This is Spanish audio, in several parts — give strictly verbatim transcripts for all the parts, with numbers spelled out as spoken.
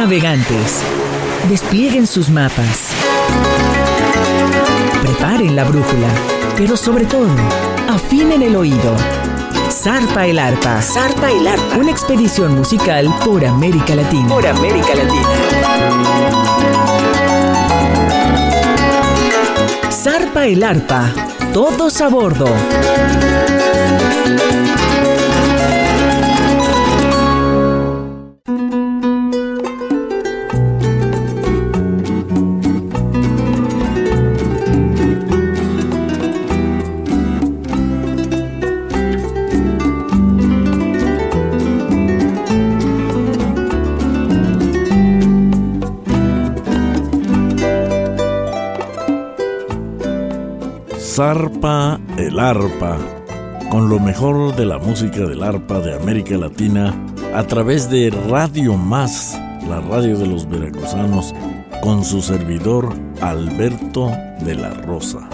navegantes, desplieguen sus mapas, preparen la brújula, pero sobre todo, afinen el oído. Zarpa el Arpa. Zarpa el Arpa. Una expedición musical por América Latina. Por América Latina. Zarpa el Arpa. Todos a bordo. Zarpa el Arpa, con lo mejor de la música del arpa de América Latina, a través de Radio Más, la radio de los veracruzanos, con su servidor Alberto de la Rosa.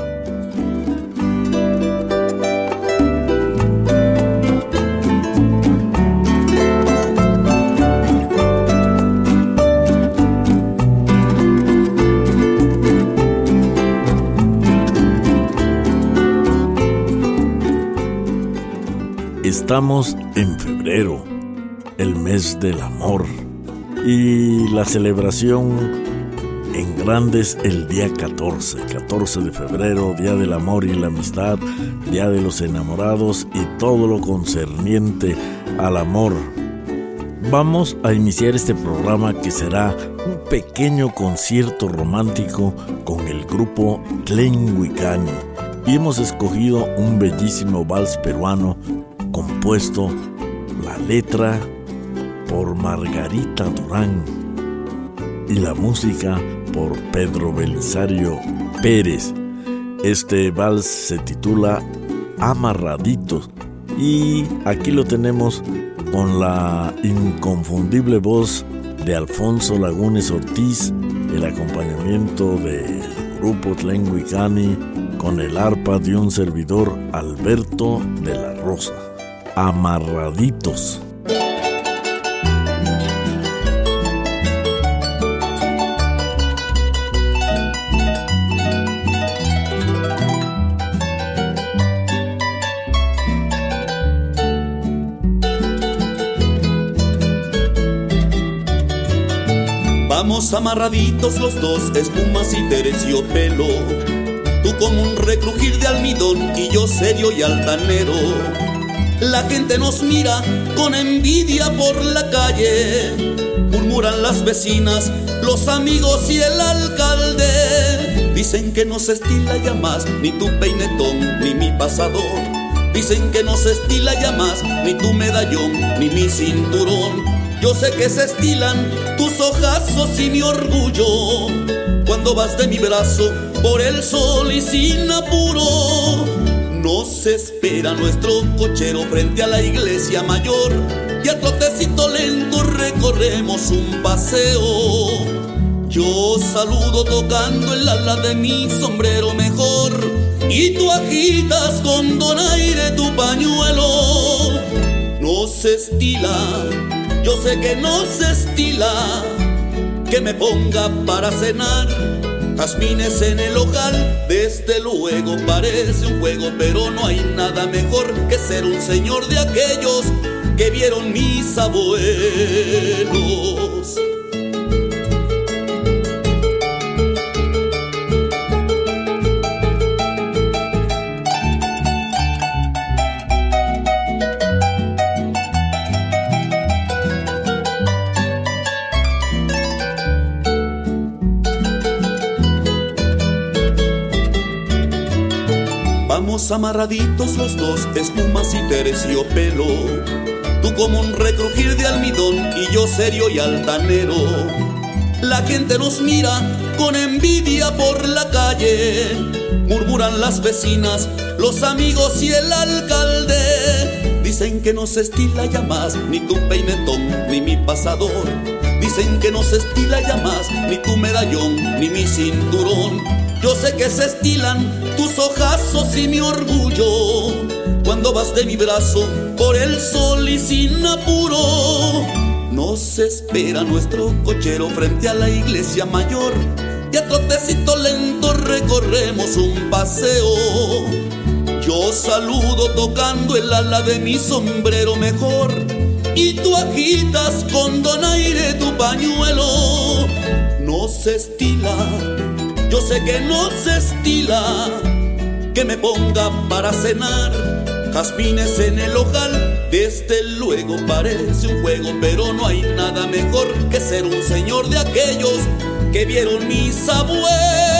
Estamos en febrero, el mes del amor, y la celebración en grande es el día catorce, catorce de febrero, Día del Amor y la Amistad, Día de los Enamorados y todo lo concerniente al amor. Vamos a iniciar este programa que será un pequeño concierto romántico con el grupo Tlenguicani, y hemos escogido un bellísimo vals peruano compuesto la letra por Margarita Durán y la música por Pedro Belisario Pérez. Este vals se titula Amarraditos y aquí lo tenemos con la inconfundible voz de Alfonso Lagunes Ortiz, el acompañamiento del grupo Tlenguicani con el arpa de un servidor Alberto de la Rosa. Amarraditos. Vamos amarraditos los dos, espumas y terciopelo, tú como un recrujir de almidón y yo serio y altanero. La gente nos mira con envidia por la calle, murmuran las vecinas, los amigos y el alcalde. Dicen que no se estila ya más ni tu peinetón ni mi pasador. Dicen que no se estila ya más ni tu medallón ni mi cinturón. Yo sé que se estilan tus ojazos y mi orgullo cuando vas de mi brazo por el sol y sin apuro. Nos espera nuestro cochero frente a la iglesia mayor y a trotecito lento recorremos un paseo. Yo saludo tocando el ala de mi sombrero mejor y tú agitas con donaire tu pañuelo. No se estila, yo sé que no se estila, que me ponga para cenar jazmines en el ojal. Desde luego parece un juego, pero no hay nada mejor que ser un señor de aquellos que vieron mis abuelos. Vamos amarraditos los dos, espumas y terciopelo, tú como un recrujir de almidón y yo serio y altanero. La gente nos mira con envidia por la calle, murmuran las vecinas, los amigos y el alcalde. Dicen que no se estila ya más ni tu peinetón ni mi pasador. Dicen que no se estila ya más ni tu medallón ni mi cinturón. Yo sé que se estilan tus ojazos y mi orgullo cuando vas de mi brazo por el sol y sin apuro. Nos espera nuestro cochero frente a la iglesia mayor y a trotecito lento recorremos un paseo. Yo saludo tocando el ala de mi sombrero mejor y tú agitas con donaire tu pañuelo. No se estila, yo sé que no se estila, que me ponga para cenar jazmines en el ojal. Desde luego parece un juego, pero no hay nada mejor que ser un señor de aquellos que vieron mis abuelos.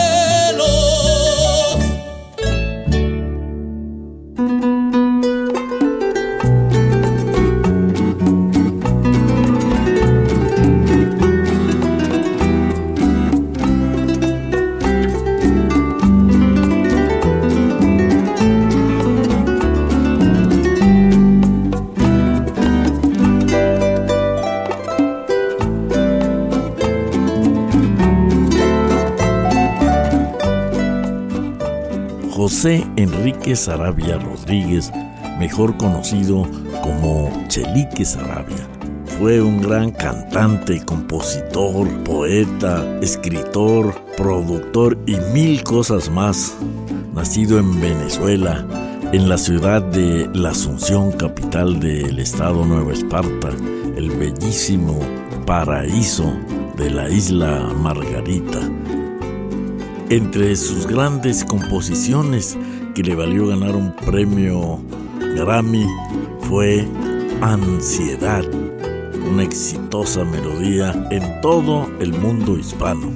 José Enrique Saravia Rodríguez, mejor conocido como Chelique Saravia, fue un gran cantante, compositor, poeta, escritor, productor y mil cosas más. Nacido en Venezuela, en la ciudad de La Asunción, capital del estado Nueva Esparta, el bellísimo paraíso de la isla Margarita. Entre sus grandes composiciones que le valió ganar un premio Grammy fue Ansiedad, una exitosa melodía en todo el mundo hispano.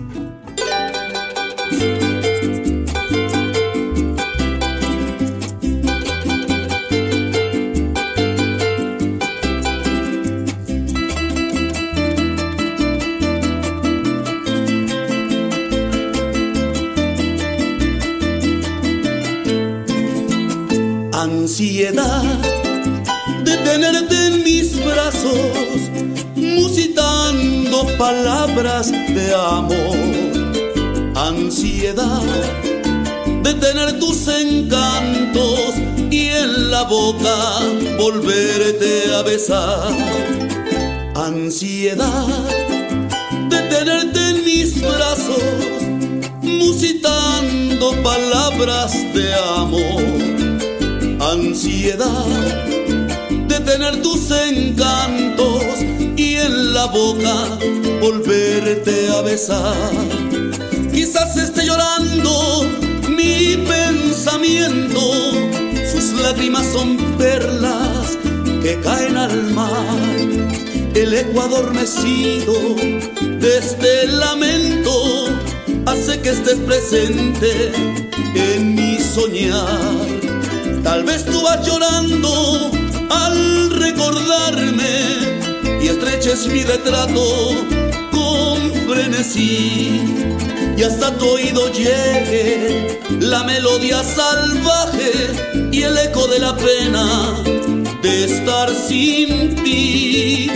Ansiedad de tenerte en mis brazos, musitando palabras de amor. Ansiedad de tener tus encantos y en la boca volverte a besar. Ansiedad de tenerte en mis brazos, musitando palabras de amor. Ansiedad de tener tus encantos y en la boca volverte a besar. Quizás esté llorando mi pensamiento, sus lágrimas son perlas que caen al mar. El eco adormecido de este lamento hace que estés presente en mi soñar. Tal vez tú vas llorando al recordarme y estreches mi retrato con frenesí, y hasta tu oído llegue la melodía salvaje y el eco de la pena de estar sin ti.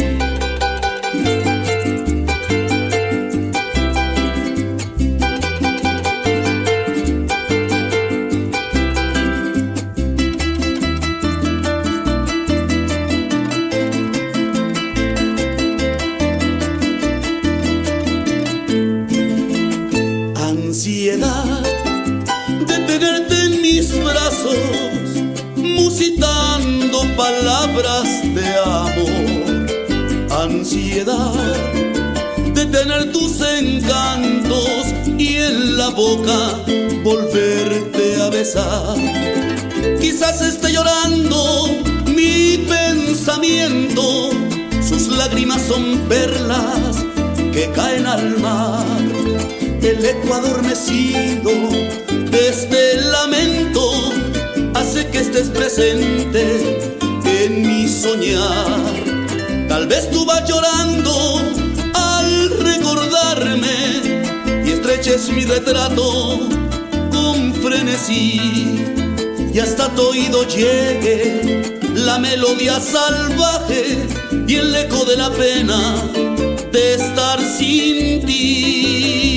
Ansiedad de tenerte en mis brazos, musitando palabras de amor. Ansiedad de tener tus encantos y en la boca volverte a besar. Quizás esté llorando mi pensamiento, sus lágrimas son perlas que caen al mar. El eco adormecido de este lamento hace que estés presente en mi soñar. Tal vez tú vas llorando al recordarme y estreches mi retrato con frenesí, y hasta tu oído llegue la melodía salvaje y el eco de la pena de estar sin ti.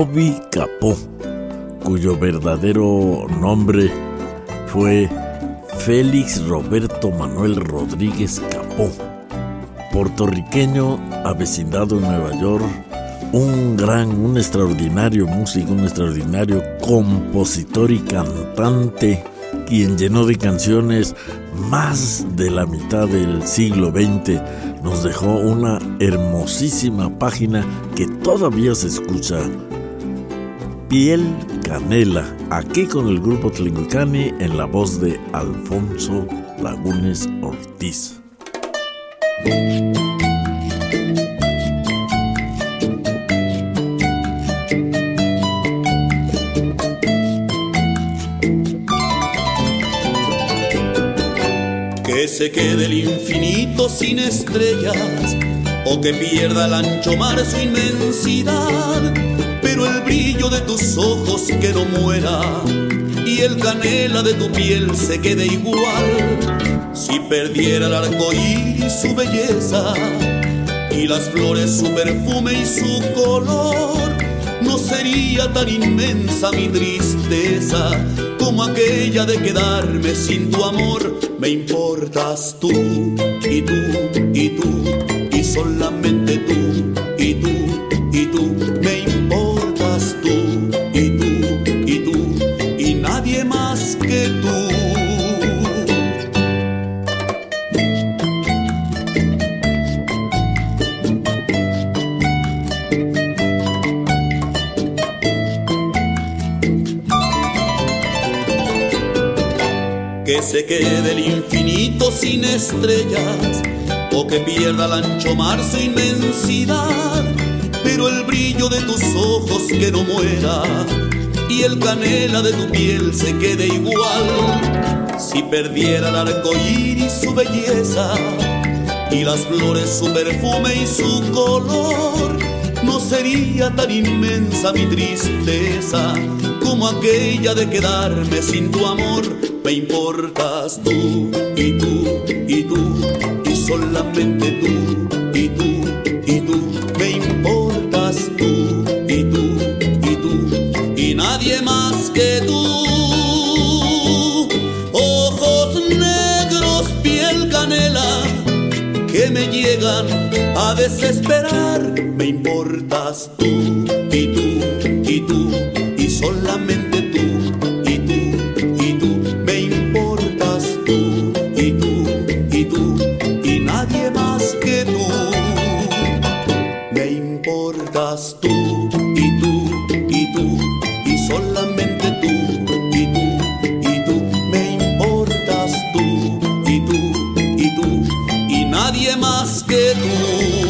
Bobby Capó, cuyo verdadero nombre fue Félix Roberto Manuel Rodríguez Capó, puertorriqueño avecindado en Nueva York, un gran, un extraordinario músico, un extraordinario compositor y cantante, quien llenó de canciones más de la mitad del siglo veinte. Nos dejó una hermosísima página que todavía se escucha. Piel Canela, aquí con el grupo Tlenguicani en la voz de Alfonso Lagunes Ortiz. Que se quede el infinito sin estrellas, o que pierda el ancho mar su inmensidad, pero el brillo de tus ojos que no muera, y el canela de tu piel se quede igual. Si perdiera el arco iris su belleza, y las flores su perfume y su color, no sería tan inmensa mi tristeza como aquella de quedarme sin tu amor. Me importas tú, y tú, y tú, y solamente tú, y tú, y tú. Me importas tú, y tú, y tú, y nadie más que tú. Que se quede el infinito sin estrellas, o que pierda el ancho mar su inmensidad, pero el brillo de tus ojos que no muera, y el canela de tu piel se quede igual. Si perdiera el arco iris su belleza, y las flores su perfume y su color, no sería tan inmensa mi tristeza como aquella de quedarme sin tu amor. Me importas tú, y tú, y tú, y solamente tú, y tú, y tú. Me importas tú, y tú, y tú, y nadie más que tú. Ojos negros, piel canela, que me llegan a desesperar. Me importas tú, y tú, y tú, y solamente tú. Tú, y tú, y tú, y solamente tú, y tú, y tú. Me importas tú, y tú, y tú, y nadie más que tú.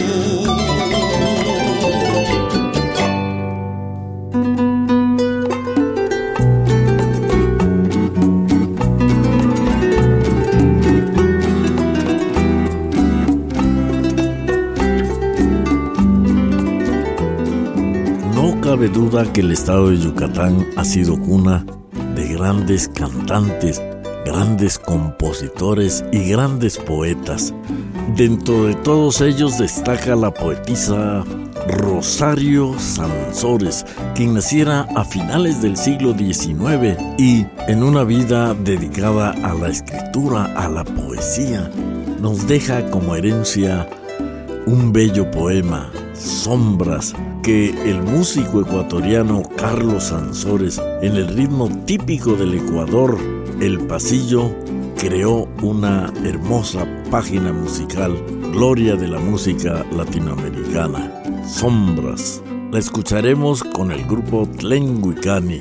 No cabe duda que el estado de Yucatán ha sido cuna de grandes cantantes, grandes compositores y grandes poetas. Dentro de todos ellos destaca la poetisa Rosario Sansores, quien naciera a finales del siglo diecinueve y en una vida dedicada a la escritura, a la poesía, nos deja como herencia un bello poema, Sombras, que el músico ecuatoriano Carlos Sansores, en el ritmo típico del Ecuador, el pasillo, creó una hermosa página musical, gloria de la música latinoamericana. Sombras. La escucharemos con el grupo Tlenguicani.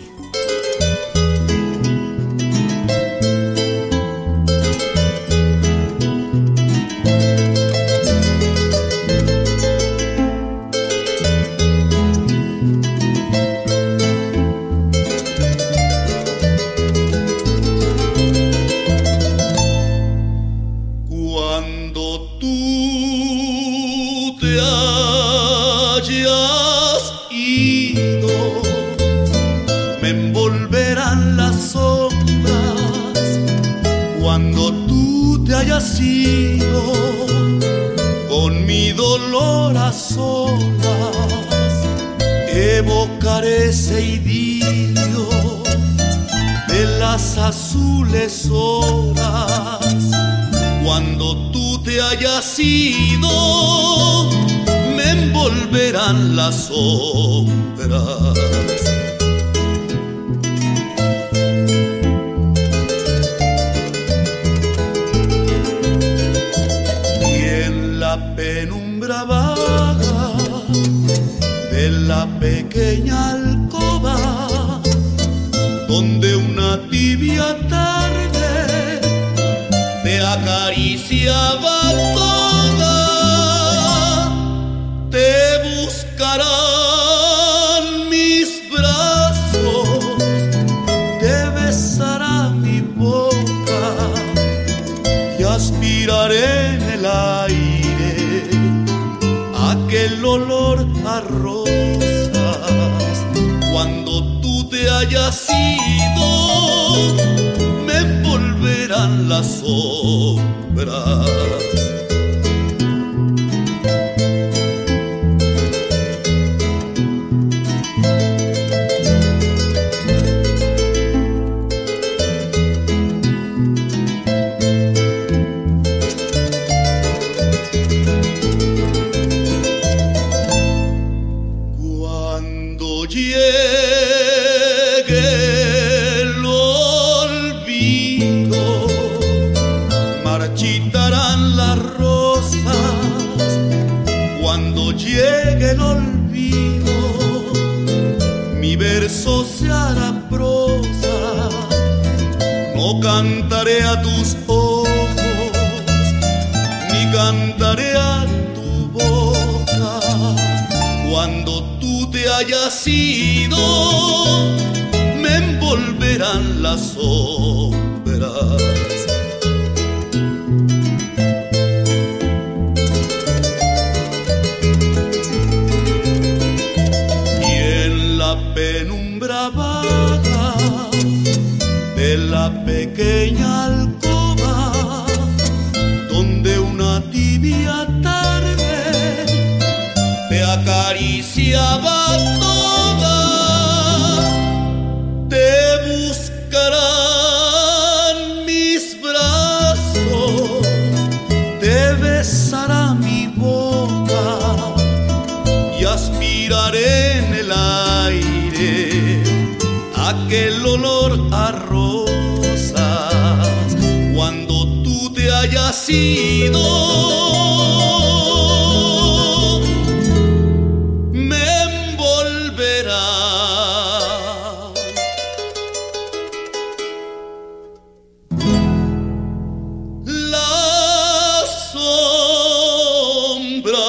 Con mi dolor a solas he evocaré ese idilio de las azules horas. Cuando tú te hayas ido, me envolverán las sombras. Y en la penumbra vaga de la pequeña alcoba, donde una tibia tarde te acariciaba toda, te buscarán mis brazos, te besará mi boca y aspiraré en el aire aquel olor a rosas. Cuando tú te hayas ido, me envolverán las sombras. Llegue el olvido, mi verso se hará prosa. No cantaré a tus ojos, ni cantaré a tu boca. Cuando tú te hayas ido, me envolverán las sombras. Penumbra vaga de la pequeña alcoba, donde una tibia tarde te acariciaba toda, te buscarán mis brazos, te besará mi boca y aspiraré en el aire aquel olor a rosas. Cuando tú te hayas ido, me envolverá las sombras.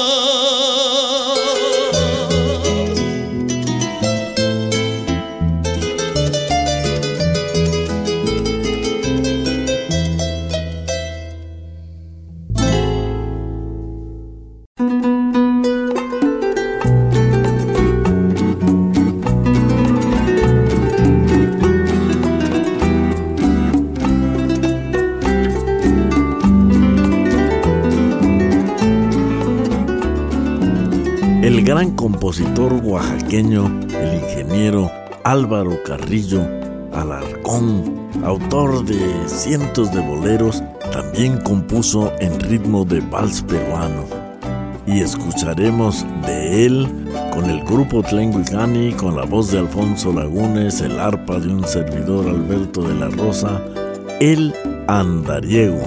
El gran compositor oaxaqueño, el ingeniero Álvaro Carrillo Alarcón, autor de cientos de boleros, también compuso en ritmo de vals peruano. Y escucharemos de él con el grupo Tlenguicani, con la voz de Alfonso Lagunes, el arpa de un servidor Alberto de la Rosa, El Andariego.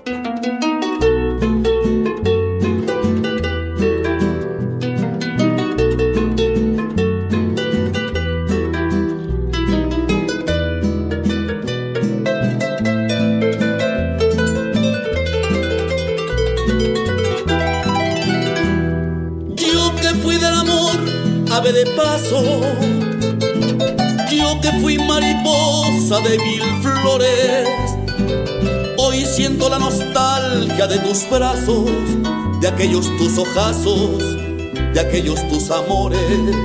Ave de paso, yo que fui mariposa de mil flores, hoy siento la nostalgia de tus brazos, de aquellos tus ojazos, de aquellos tus amores.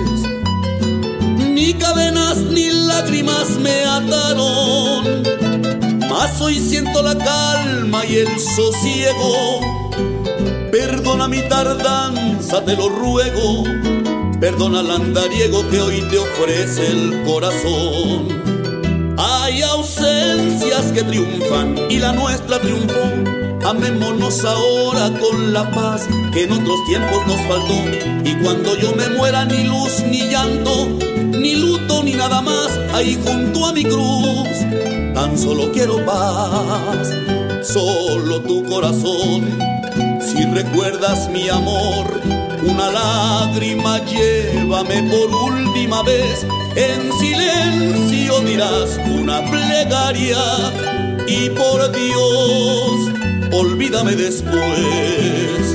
Ni cadenas ni lágrimas me ataron, mas hoy siento la calma y el sosiego. Perdona mi tardanza, te lo ruego, perdona al andariego que hoy te ofrece el corazón. Hay ausencias que triunfan y la nuestra triunfó. Amémonos ahora con la paz que en otros tiempos nos faltó. Y cuando yo me muera, ni luz, ni llanto, ni luto, ni nada más, ahí junto a mi cruz, tan solo quiero paz, solo tu corazón. Si recuerdas mi amor, una lágrima llévame por última vez. En silencio dirás una plegaria y por Dios, olvídame después.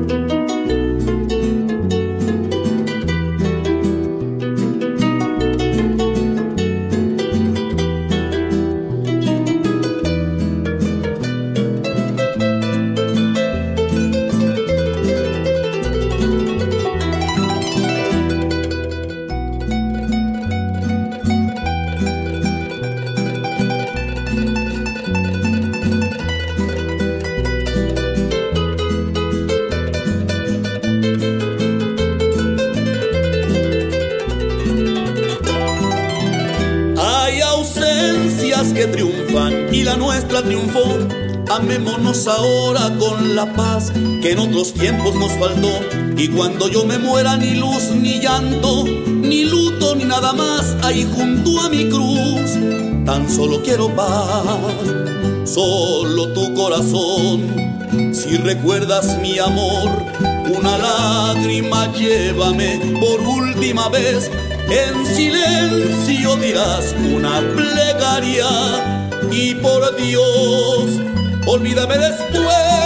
Que triunfan y la nuestra triunfó. Amémonos ahora con la paz que en otros tiempos nos faltó. Y cuando yo me muera, ni luz, ni llanto, ni luto, ni nada más, ahí junto a mi cruz, tan solo quiero paz, solo tu corazón. Si recuerdas mi amor, una lágrima llévame por última vez. En silencio dirás una plegaria y por Dios, olvídame después.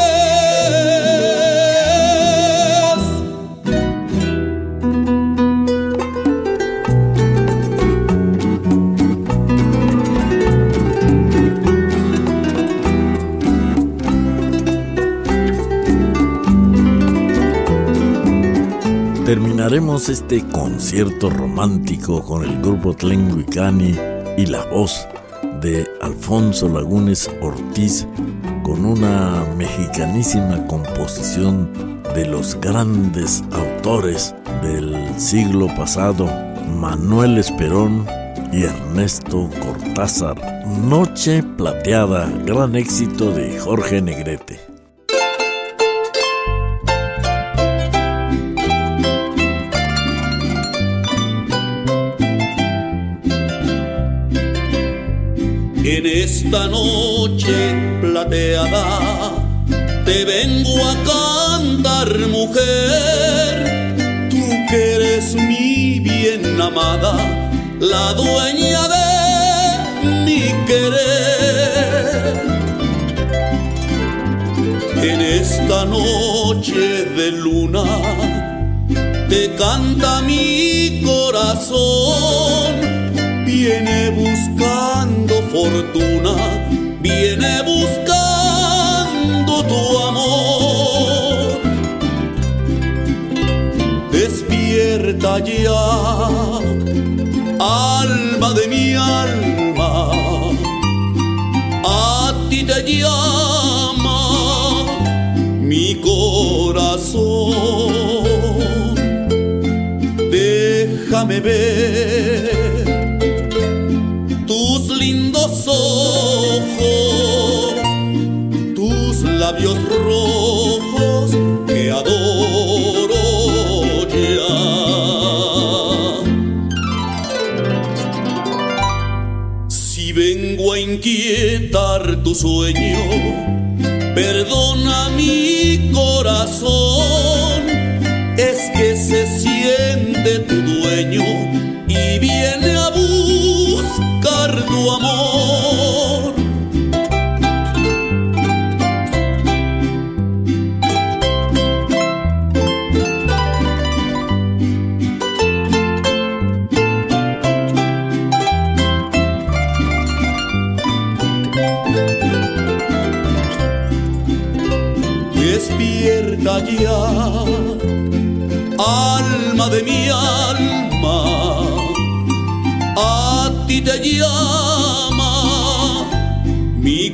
Terminaremos este concierto romántico con el grupo Tlenguicani y la voz de Alfonso Lagunes Ortiz con una mexicanísima composición de los grandes autores del siglo pasado, Manuel Esperón y Ernesto Cortázar. Noche Plateada, gran éxito de Jorge Negrete. En esta noche plateada te vengo a cantar, mujer, tú que eres mi bien amada, la dueña de mi querer. En esta noche de luna te canta mi corazón. Viene buscando fortuna, viene buscando tu amor. Despierta ya, alma de mi alma, a ti te llama mi corazón. Déjame ver tus lindos ojos, tus labios rojos que adoro ya. Si vengo a inquietar tu sueño, perdona mi corazón, es que se siente tu dueño y viene a buscar tu amor. Despierta ya, alma de mi alma, a ti te llama mi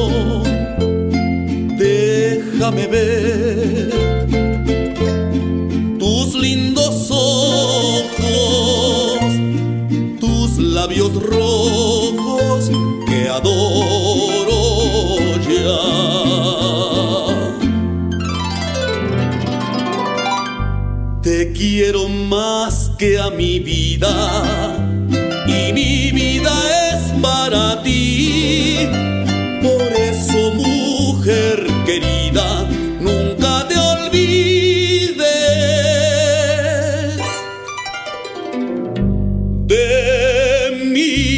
corazón. Déjame ver labios rojos que adoro ya. Te quiero más que a mi vida y mi vida es para ti. Por eso, mujer querida, nunca te olvides de mí.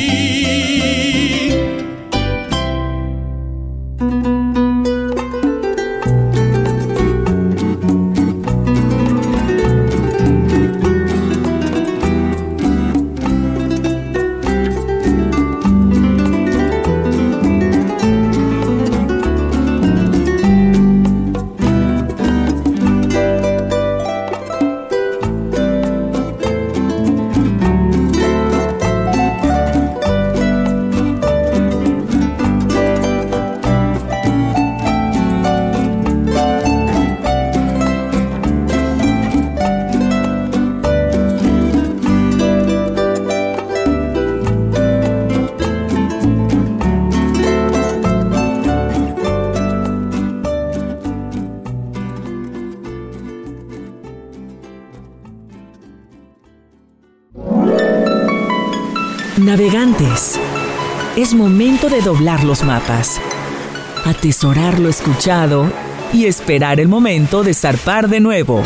Navegantes, es momento de doblar los mapas, atesorar lo escuchado y esperar el momento de zarpar de nuevo.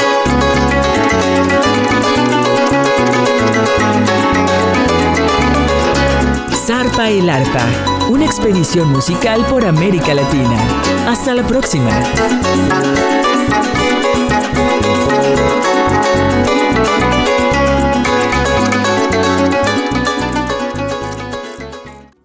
Zarpa el Arpa, una expedición musical por América Latina. Hasta la próxima.